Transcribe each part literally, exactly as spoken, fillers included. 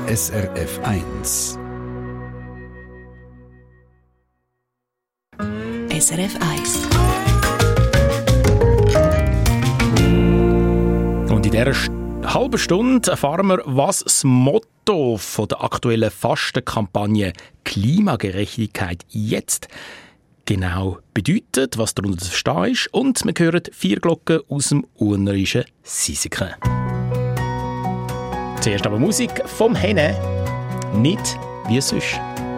S R F eins. S R F eins. Und in dieser halben Stunde erfahren wir, was das Motto von der aktuellen Fastenkampagne Klimagerechtigkeit jetzt genau bedeutet, was darunter zu verstehen ist. Und wir hören vier Glocken aus dem urnerischen Sisiken. Zuerst aber Musik vom Henne, nicht wie sonst.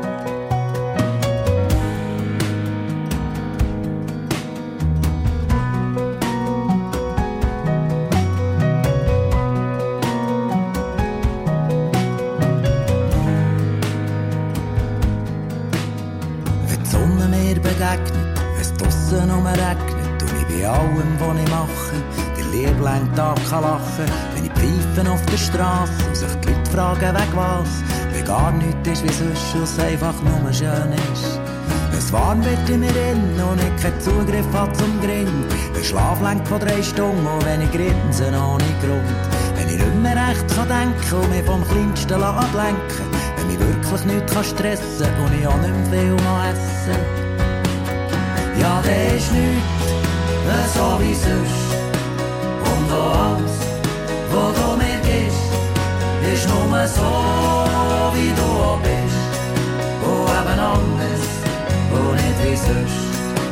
Draussen regnet und ich bei allem, was ich mache, der lieblang Tag kann lachen, wenn ich pfeife auf der Straße und sich die Leute fragen, wegen was, wenn gar nichts ist wie sonst und es einfach nur schön ist. Wenn es warm wird in mir innen und ich keinen Zugriff habe zum Grill, wenn Schlaf lenkt von drei Stunden und wenn ich grinse ohne Grund, wenn ich nicht mehr recht kann denken und mich vom Kleinsten ablenken, wenn mich wirklich nichts stressen kann und ich auch nicht mehr viel noch essen. Ja, der ist nichts, so wie sonst. Und auch alles, was du mir gibst, ist nur so, wie du auch bist. Und eben anders, und nicht wie sonst.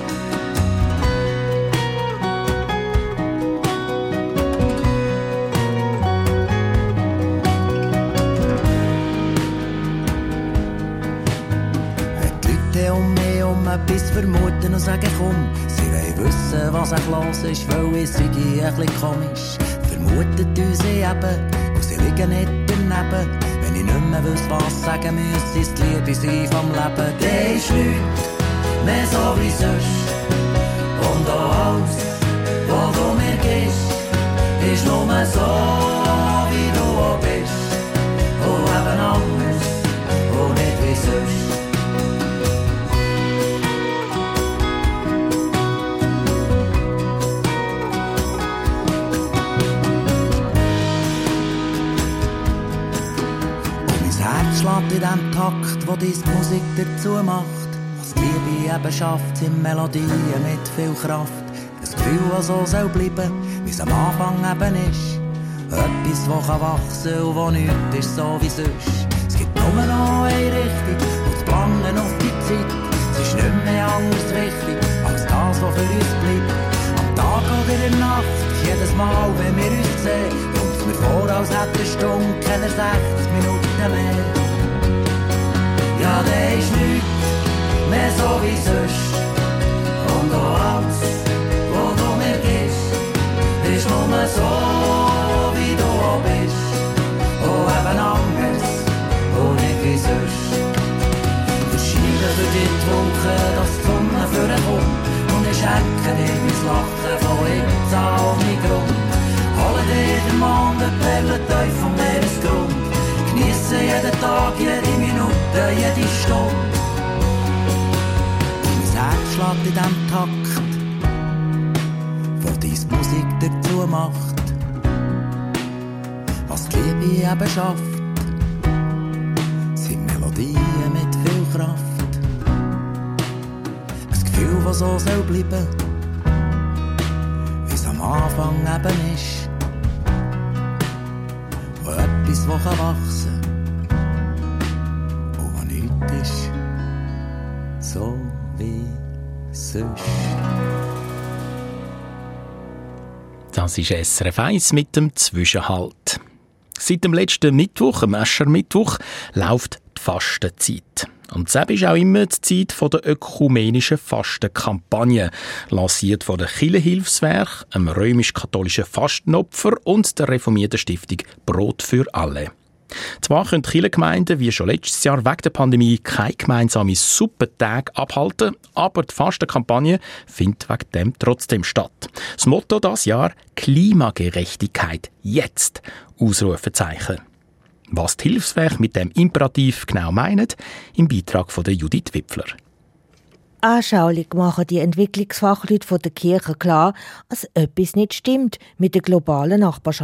Wenn die Leute um mich um etwas vermuten und sagen, komm, sie wollen wissen, was echt los ist, weil ich sei ein bisschen komisch. Vermutet uns eben, und sie liegen nicht daneben. Wenn ich nicht mehr wüsste, was sagen müsste, ist die Liebe sein vom Leben. Der ist nichts mehr so wie sonst. Und auch alles, was du mir gibst, ist nur so, wie du auch bist. Und eben anders, und nicht wie sonst. Schlägt in dem Takt, wo deine Musik dazu macht. Was die Liebe eben schafft, sind Melodien mit viel Kraft. Ein Gefühl, das so soll bleiben, wie es am Anfang eben ist. Etwas, das kann wachsen und wo nichts ist so wie sonst. Es gibt nur noch eine Richtung, und das Planen auf die Zeit. Es ist nicht mehr anders wichtig, als das, was für uns bleibt. Am Tag oder in der Nacht, jedes Mal, wenn wir uns sehen, kommt es mir vor, als hätte eine Stunde keine sechzig Minuten mehr. Ja, der ist nichts mehr so wie sonst. Und auch alles, was du mir gibst, ist nur so, wie du auch bist. Und eben anders, und nicht wie sonst. Wir schieben für die Wolken, dass die Sonne vorkommt. Und ich schenke dir mein Lachen von jetzt an ohne Grund. Hole dir den Mond, der Perle tief vom Meeresgrund. Genieße jeden Tag, jede Minute, jede Stunde. Mein Herz schlägt in dem Takt, wo deine Musik dazu macht. Was die Liebe eben schafft, sind Melodien mit viel Kraft. Ein Gefühl, das so soll bleiben, wie es am Anfang eben ist. Etwas, das kann wachsen und was nichts ist, so wie sonst. Das ist S R F eins mit dem Zwischenhalt. Seit dem letzten Mittwoch, am Aschermittwoch, läuft die Fastenzeit. Und das ist auch immer die Zeit der ökumenischen Fastenkampagne, lanciert von der Kirchenhilfswerk, dem römisch-katholischen Fastenopfer und der reformierten Stiftung Brot für alle. Zwar können die Kirchengemeinden wie schon letztes Jahr wegen der Pandemie keine gemeinsamen Suppentage abhalten, aber die Fastenkampagne findet wegen dem trotzdem statt. Das Motto dieses Jahr: Klimagerechtigkeit jetzt! Ausrufezeichen. Was die Hilfswerke mit dem Imperativ genau meinen, im Beitrag von der Judith Wipfler. Anschaulich machen die Entwicklungsfachleute von der Kirche klar, dass etwas nicht stimmt mit der globalen Nachbarschaft.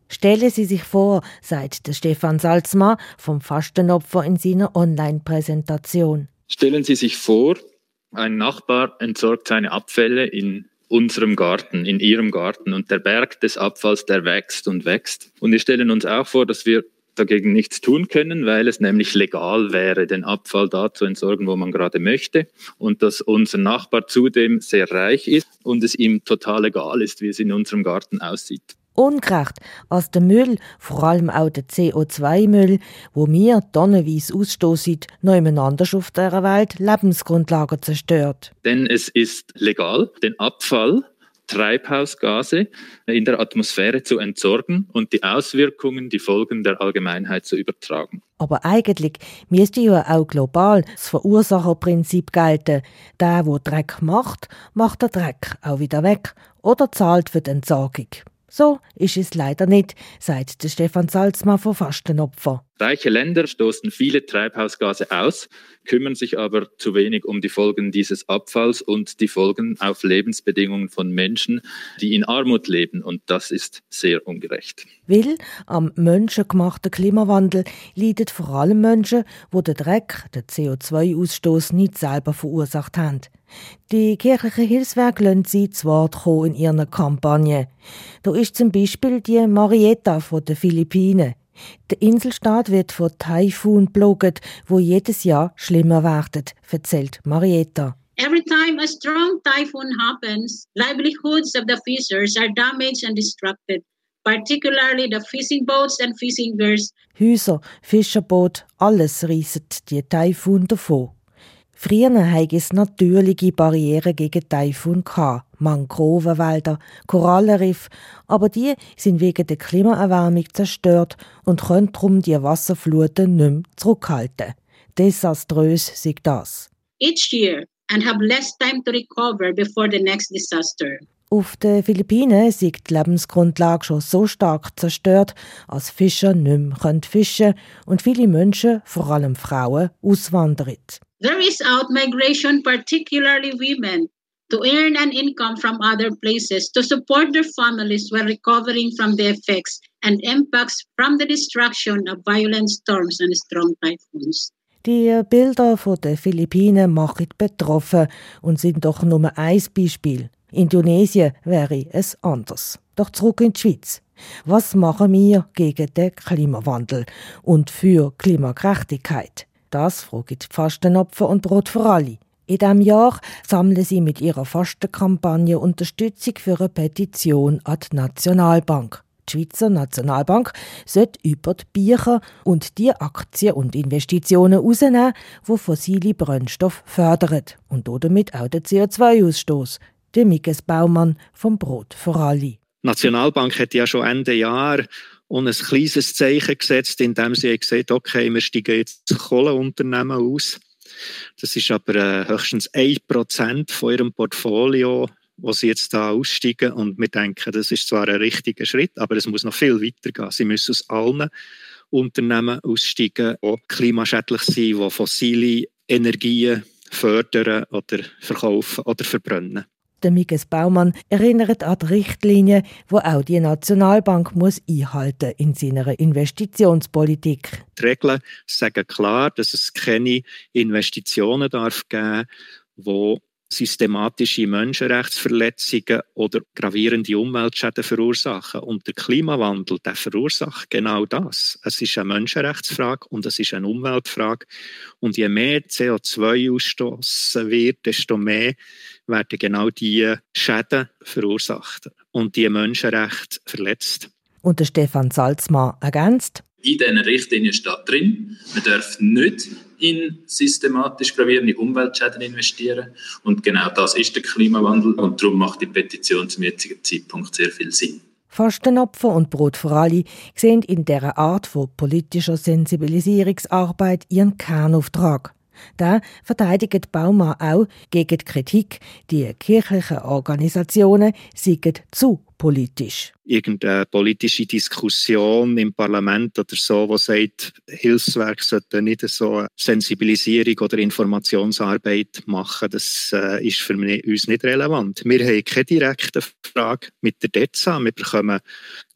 Stellen Sie sich vor, sagt der Stefan Salzmann vom Fastenopfer in seiner Online-Präsentation. Stellen Sie sich vor, ein Nachbar entsorgt seine Abfälle in unserem Garten, in Ihrem Garten, und der Berg des Abfalls, der wächst und wächst. Und wir stellen uns auch vor, dass wir dagegen nichts tun können, weil es nämlich legal wäre, den Abfall da zu entsorgen, wo man gerade möchte, und dass unser Nachbar zudem sehr reich ist und es ihm total egal ist, wie es in unserem Garten aussieht. Ungerecht, als der Müll, vor allem auch der C O zwei Müll, wo wir tonnenweise ausstoßen, noch ineinander auf dieser Welt Lebensgrundlagen zerstört. Denn es ist legal, den Abfall, Treibhausgase in der Atmosphäre zu entsorgen und die Auswirkungen, die Folgen der Allgemeinheit zu übertragen. Aber eigentlich müsste ja auch global das Verursacherprinzip gelten. Der, der Dreck macht, macht den Dreck auch wieder weg oder zahlt für die Entsorgung. So ist es leider nicht, sagt der Stefan Salzmann von Fastenopfer. Reiche Länder stoßen viele Treibhausgase aus, kümmern sich aber zu wenig um die Folgen dieses Abfalls und die Folgen auf Lebensbedingungen von Menschen, die in Armut leben. Und das ist sehr ungerecht. Weil am menschengemachten Klimawandel leiden vor allem Menschen, die den Dreck, den C O zwei Ausstoß nicht selber verursacht haben. Die kirchlichen Hilfswerke lassen sie zu Wort kommen in ihren Kampagnen. Da ist zum Beispiel die Marietta von den Philippinen. Der Inselstaat wird von Taifun geplagt, wo jedes Jahr schlimmer wird, erzählt Marietta. Every time a strong typhoon happens, livelihoods of the fishers are damaged and destructed, particularly the fishing boats and fishing gears. Häuser, Fischerboote, alles reisset die Taifun davon. Früher hatte es natürliche Barrieren gegen Taifun gehabt. Mangrovenwälder, Korallenriffe, aber die sind wegen der Klimaerwärmung zerstört und können darum die Wasserfluten nicht mehr zurückhalten. Desaströs sei das. Each year and have less time to recover before the next disaster. Auf den Philippinen sei die Lebensgrundlage schon so stark zerstört, als Fischer nicht mehr fischen können und viele Menschen, vor allem Frauen, auswandern. There is out-migration, particularly women, to earn an income from other places to support their families while recovering from the effects and impacts from the destruction of violent storms and strong typhoons. Die Bilder von den Philippinen machen betroffen und sind doch nur ein Beispiel. Indonesien wäre es anders. Doch zurück in die Schweiz. Was machen wir gegen den Klimawandel und für Klimagerechtigkeit? Das fragen die Fastenopfer und Brot für alle. In diesem Jahr sammeln sie mit ihrer Fastenkampagne Unterstützung für eine Petition an die Nationalbank. Die Schweizer Nationalbank sollte über die Bücher und die Aktien und Investitionen herausnehmen, die fossile Brennstoffe fördern und damit auch den C O zwei Ausstoß. Der Mikes Baumann vom Brot für alle. Die Nationalbank hat ja schon Ende Jahr und ein kleines Zeichen gesetzt, indem sie gesagt hat, okay, wir steigen jetzt das Kohleunternehmen aus. Das ist aber äh, höchstens ein Prozent von ihrem Portfolio, wo sie jetzt da aussteigen. Und wir denken, das ist zwar ein richtiger Schritt, aber es muss noch viel weiter gehen. Sie müssen aus allen Unternehmen aussteigen, die klimaschädlich sind, die fossile Energien fördern oder verkaufen oder verbrennen. Der Mikes Baumann erinnert an die Richtlinien, die auch die Nationalbank muss einhalten in seiner Investitionspolitik. Die Regeln sagen klar, dass es keine Investitionen darf geben, die systematische Menschenrechtsverletzungen oder gravierende Umweltschäden verursachen. Und der Klimawandel, der verursacht genau das. Es ist eine Menschenrechtsfrage und es ist eine Umweltfrage. Und je mehr C O zwei ausstoßen wird, desto mehr werden genau diese Schäden verursacht und die Menschenrechte verletzt. Und der Stefan Salzmann ergänzt: In diesen Richtlinien steht drin, man darf nicht in systematisch gravierende Umweltschäden investieren. Und genau das ist der Klimawandel. Und darum macht die Petition zum jetzigen Zeitpunkt sehr viel Sinn. Fastenopfer und Brot für alle sehen in dieser Art von politischer Sensibilisierungsarbeit ihren Kernauftrag. Da verteidigt Baumann auch gegen die Kritik, die kirchlichen Organisationen seien zu politisch. Irgendeine politische Diskussion im Parlament oder so, die sagt, Hilfswerke sollten nicht so eine Sensibilisierung oder Informationsarbeit machen, das äh, ist für mich, uns nicht relevant. Wir haben keine direkte Frage mit der D E Z A. Wir bekommen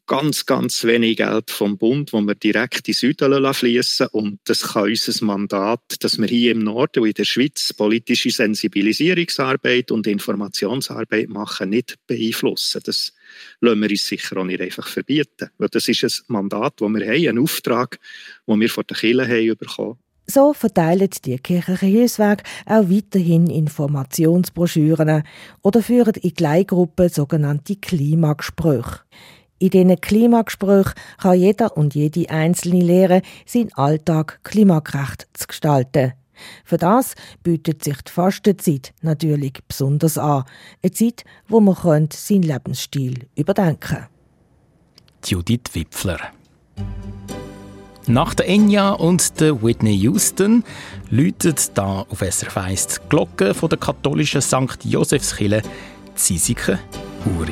ganz, ganz wenig Geld vom Bund, das wir direkt in Süden fließen lassen. Und das kann unser Mandat, dass wir hier im Norden und in der Schweiz politische Sensibilisierungsarbeit und Informationsarbeit machen, nicht beeinflussen. Das lassen wir uns sicher auch nicht einfach verbieten. Weil das ist ein Mandat, das wir haben, ein Auftrag, den wir von den Kirchen haben bekommen. So verteilen die kirchlichen Hilfswerke auch weiterhin Informationsbroschüren oder führen in Kleingruppen sogenannte Klimagespräche. In diesen Klimagesprächen kann jeder und jede Einzelne lernen, seinen Alltag klimagerecht zu gestalten. Für das bietet sich die Fastenzeit natürlich besonders an. Eine Zeit, wo man seinen Lebensstil überdenken kann. Judith Wipfler. Nach der Enya und der Whitney Houston läutet da auf S R F eins die Glocke von der katholischen Sankt Josefskirche Ziesiken Uri.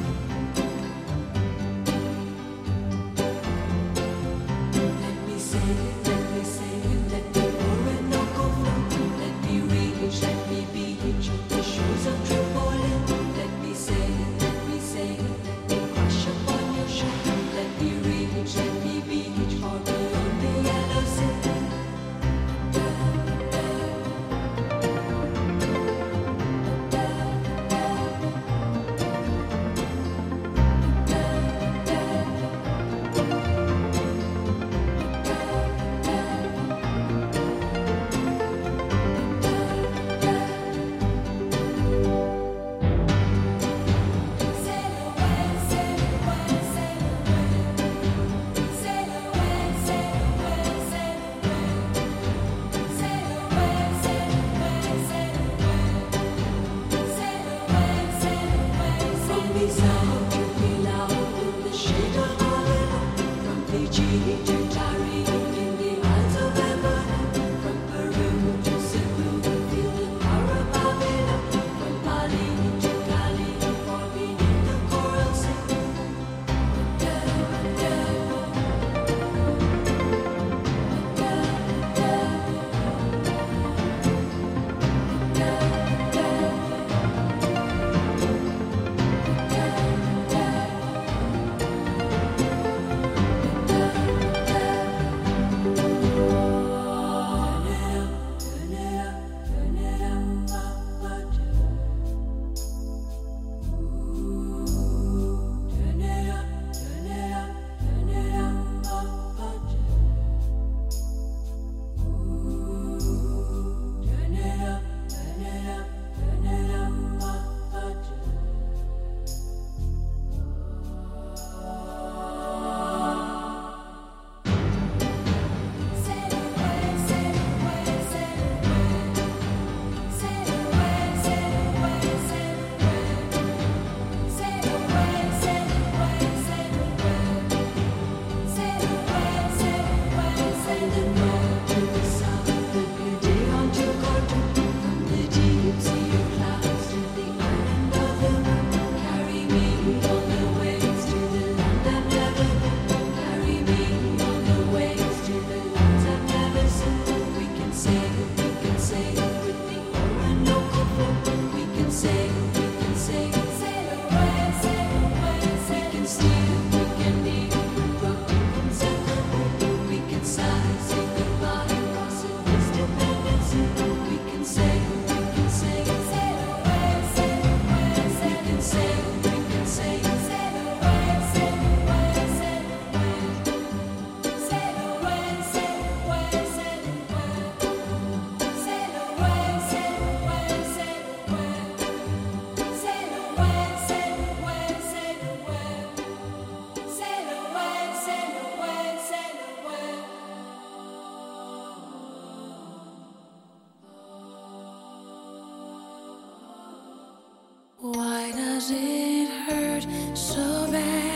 Why does it hurt so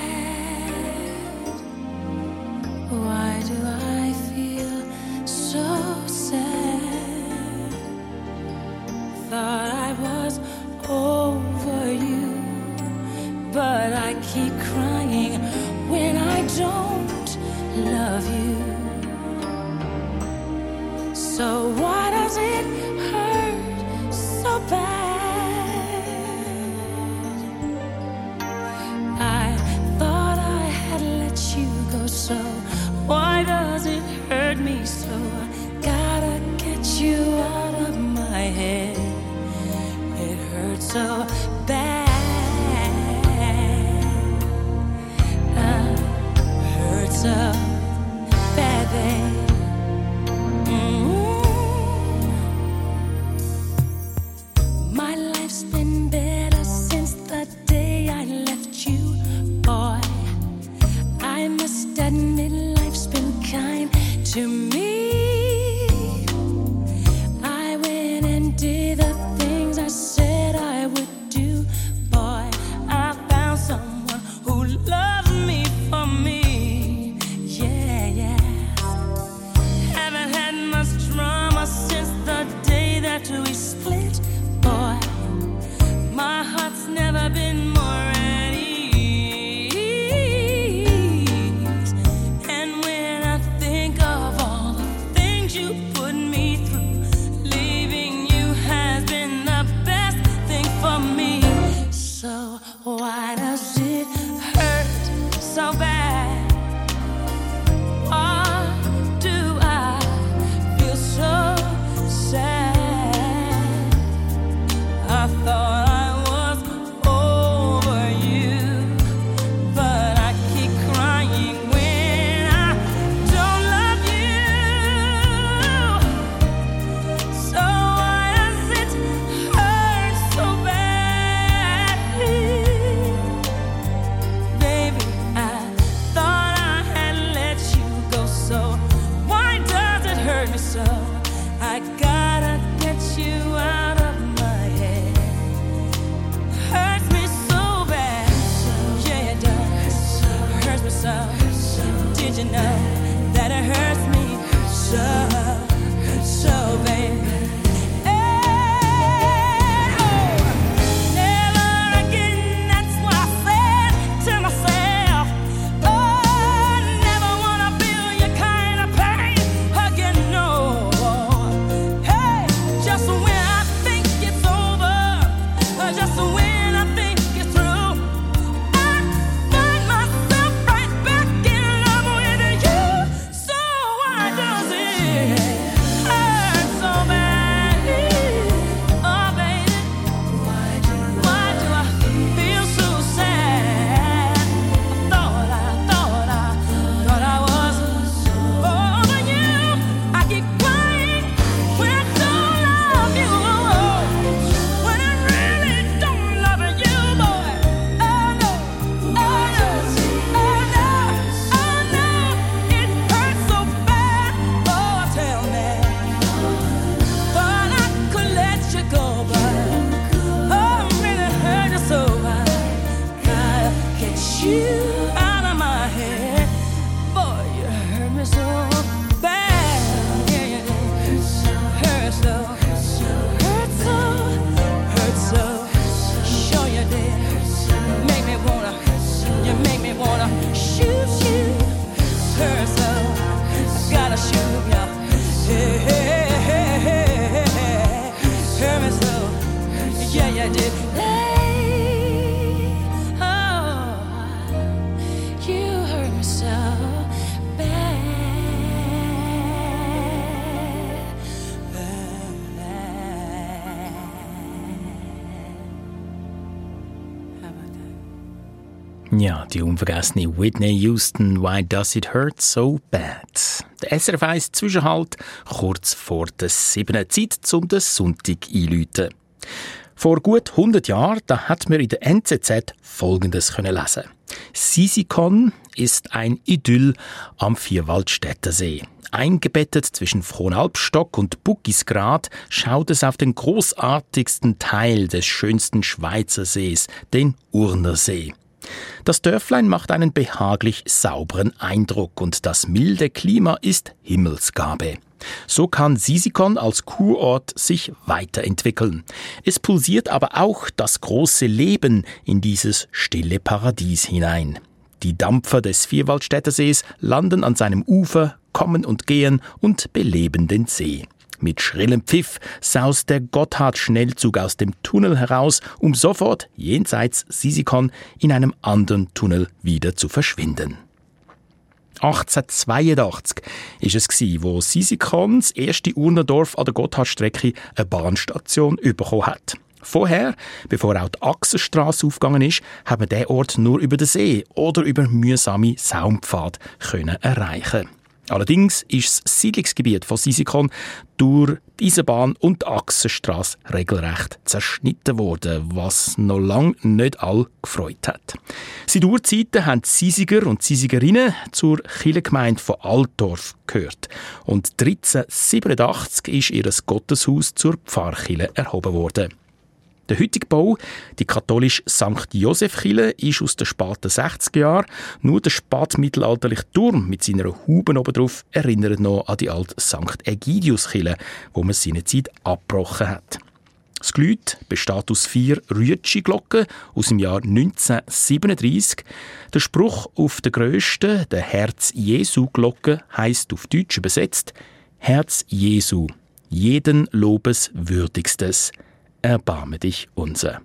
bad? Why do I feel so sad? Thought I was over you, but I keep crying when I don't love you. So why does it hurt so bad? I thought I had me, so I gotta get you out of my head. It hurts so bad. Uh, hurts so bad, babe. Mm-hmm. My life's been better since the day I left you, boy. I must admit life's been kind to me. I went and did the things I said I would do, boy. I found someone who loved me for me. Yeah, yeah. Haven't had much drama since the day that we split, boy. My heart's never been more at ease. And when I think of all the things you put me through, leaving you has been the best thing for me. So why does it hurt so bad? Why do I feel so sad? I thought I was over you, but I keep crying when I don't love you. So why does it hurt so bad? Baby, I thought I had let you go, so why does it hurt me so? I gotta get you out of my head. Hurts me so bad. Yeah, it does. Hurts me so. Did you know that it hurts me so, so, baby? Hey, oh, never again, that's what I said to myself. Oh, never wanna feel your kind of pain again, no. Hey, just when I think it's over, uh, just when I think it's through, I find myself right back in love with you. So why does it hurt so bad? Oh, baby, why do I feel so sad? I thought I, thought I, thought I was over you. I keep crying when I don't love you, when I really don't love you, boy. Oh no, oh no, oh no, oh no, it hurts so bad. Oh, tell me, thought I could let you go, but oh, really hurt you so bad. Gotta get you out of my head, boy. You hurt me so bad. Yeah, you did. Hurt so, hurt so, hurt so. Sure you did. Make me wanna, you make me wanna shoot you. Hurt so, I gotta shoot ya. Hey, hey, hey, hey, hey. Hurt me so, yeah, you did. Hey, oh, you hurt me so bad. How about that? Ja, die unvergessene Whitney Houston, «Why Does It Hurt So Bad?» Der S R F eins Zwischenhalt, kurz vor der siebten Zeit, um den Sonntag einzuläuten. Vor gut hundert Jahren da hat man in der N Z Z Folgendes können lesen. Sisikon ist ein Idyll am Vierwaldstättersee. Eingebettet zwischen Frohnalbstock und Buckisgrad schaut es auf den großartigsten Teil des schönsten Schweizer Sees, den Urnersee. Das Dörflein macht einen behaglich sauberen Eindruck und das milde Klima ist Himmelsgabe. So kann Sisikon als Kurort sich weiterentwickeln. Es pulsiert aber auch das große Leben in dieses stille Paradies hinein. Die Dampfer des Vierwaldstättersees landen an seinem Ufer, kommen und gehen und beleben den See. Mit schrillem Pfiff saust der Gotthard-Schnellzug aus dem Tunnel heraus, um sofort jenseits Sisikon in einem anderen Tunnel wieder zu verschwinden. achtzehnhundertzweiundachtzig war es, wo Sisikon, das erste Urnendorf an der Gotthardstrecke, eine Bahnstation bekommen hat. Vorher, bevor auch die Achsenstrasse aufgegangen ist, hat man diesen Ort nur über den See oder über mühsame Saumpfade können erreichen. Allerdings ist das Siedlungsgebiet von Sisikon durch die Eisenbahn und die Achsenstrasse regelrecht zerschnitten worden, was noch lange nicht alle gefreut hat. Seit Urzeiten haben die Sisiger und Sisigerinnen zur Kirchengemeinde von Altdorf gehört. Und dreizehnhundertsiebenundachtzig ist ihr Gotteshaus zur Pfarrkirche erhoben worden. Der heutige Bau, die katholische Sankt Joseph-Kirche, ist aus den späten sechziger Jahren. Nur der spätmittelalterliche Turm mit seiner Haube oben drauf erinnert noch an die alte Sankt Ägidius-Kirche, wo man seinerzeit abgebrochen hat. Das Geläut besteht aus vier Rütschi-Glocken aus dem Jahr neunzehnhundertsiebenunddreissig. Der Spruch auf der grössten, der Herz-Jesu-Glocke, heisst auf Deutsch übersetzt: Herz Jesu, jeden Lobes würdigstes, erbarme dich unser.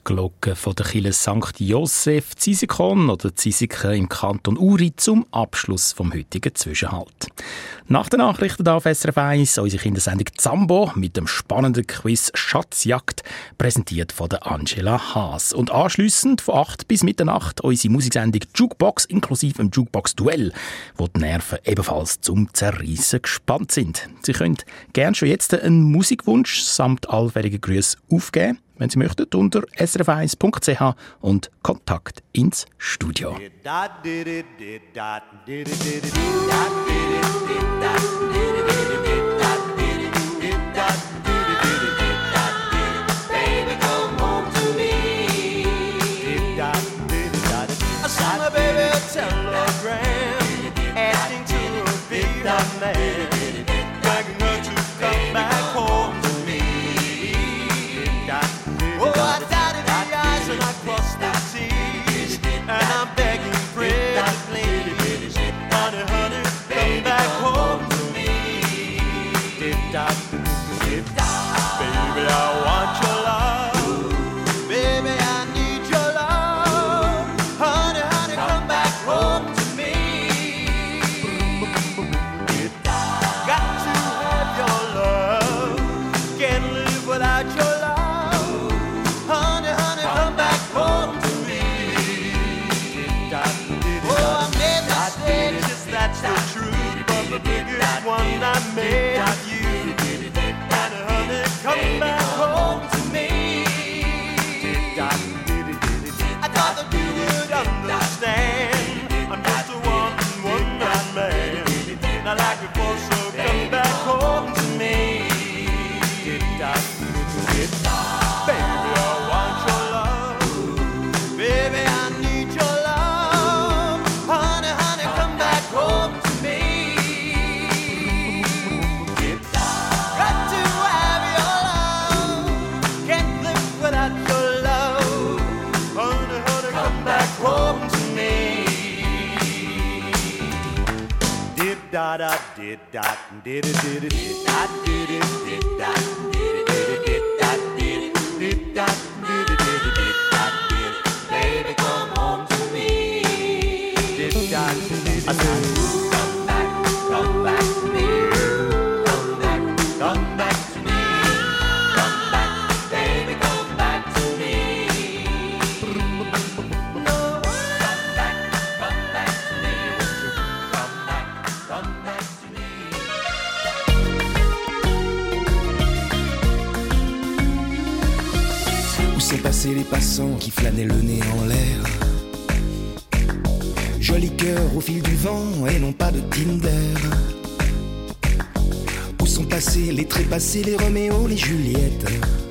Glocke von der Kirche Sankt Josef Zisikon oder Zisiken im Kanton Uri zum Abschluss vom heutigen Zwischenhalt. Nach den Nachrichten auf S R F eins unsere Kindersendung Zambo mit dem spannenden Quiz Schatzjagd, präsentiert von der Angela Haas. Und anschliessend von acht bis Mitternacht unsere Musiksendung Jukebox inklusive dem Jukebox-Duell, wo die Nerven ebenfalls zum Zerreissen gespannt sind. Sie können gerne schon jetzt einen Musikwunsch samt allfälligen Grüßen aufgeben, wenn Sie möchten, unter s r f eins punkt c h und Kontakt ins Studio. Da da did da did it did it did da did it did da did it did it did da did it did da did it did it did da did it. Baby, come home to me. Did da did it. Come back, come back to me. Come back, come back to me. Come back, baby, come back to me. No, come back, come back to me. Come back, come back to me. Où sont passés les passants qui flânaient le nez en l'air? Joli cœur au fil du vent et non pas de Tinder. Où sont passés les trépassés, les Roméo, les Juliette,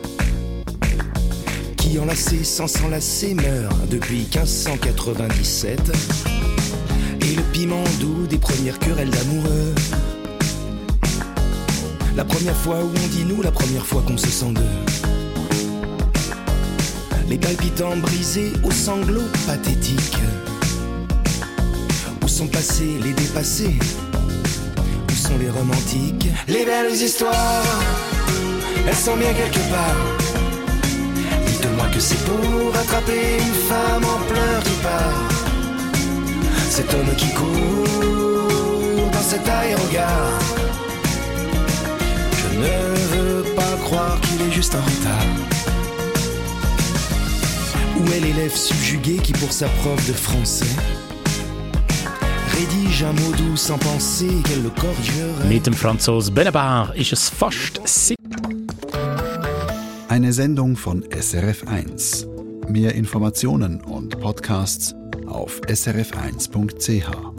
qui enlacés sans s'enlacer meurent depuis quinze cent quatre-vingt-dix-sept. Et le piment doux des premières querelles d'amoureux. La première fois où on dit nous, la première fois qu'on se sent deux. Les palpitants brisés aux sanglots pathétiques. Où sont passés les dépassés? Où sont les romantiques? Les belles histoires, elles sont bien quelque part. Dites-moi que c'est pour attraper une femme en pleurs qui part. Cet homme qui court dans cet aérogare. Je ne veux pas croire qu'il est juste en retard. Où est l'élève subjugué qui pour sa prof de français rédige un mot doux sans penser qu'elle le corrigerait? Mit dem Franzos Benabar ist es fast sick. Eine Sendung von S R F eins. Mehr Informationen und Podcasts auf s r f eins punkt c h.